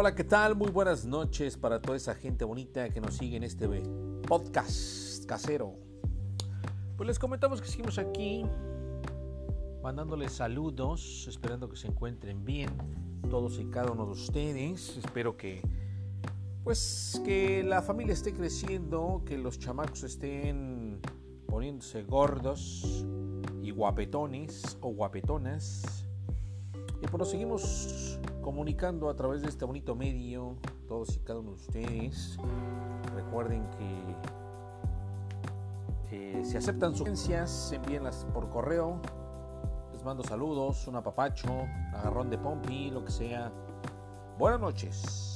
Hola, ¿qué tal? Muy buenas noches para toda esa gente bonita que nos sigue en este podcast casero. Pues les comentamos que seguimos aquí mandándoles saludos, esperando que se encuentren bien todos y cada uno de ustedes. Espero que la familia esté creciendo, que los chamacos estén poniéndose gordos y guapetones o guapetonas. Y pues nos seguimos comunicando a través de este bonito medio, todos y cada uno de ustedes. Recuerden que si aceptan sugerencias, envíenlas por correo. Les mando saludos, un apapacho, agarrón de pompi, lo que sea. Buenas noches.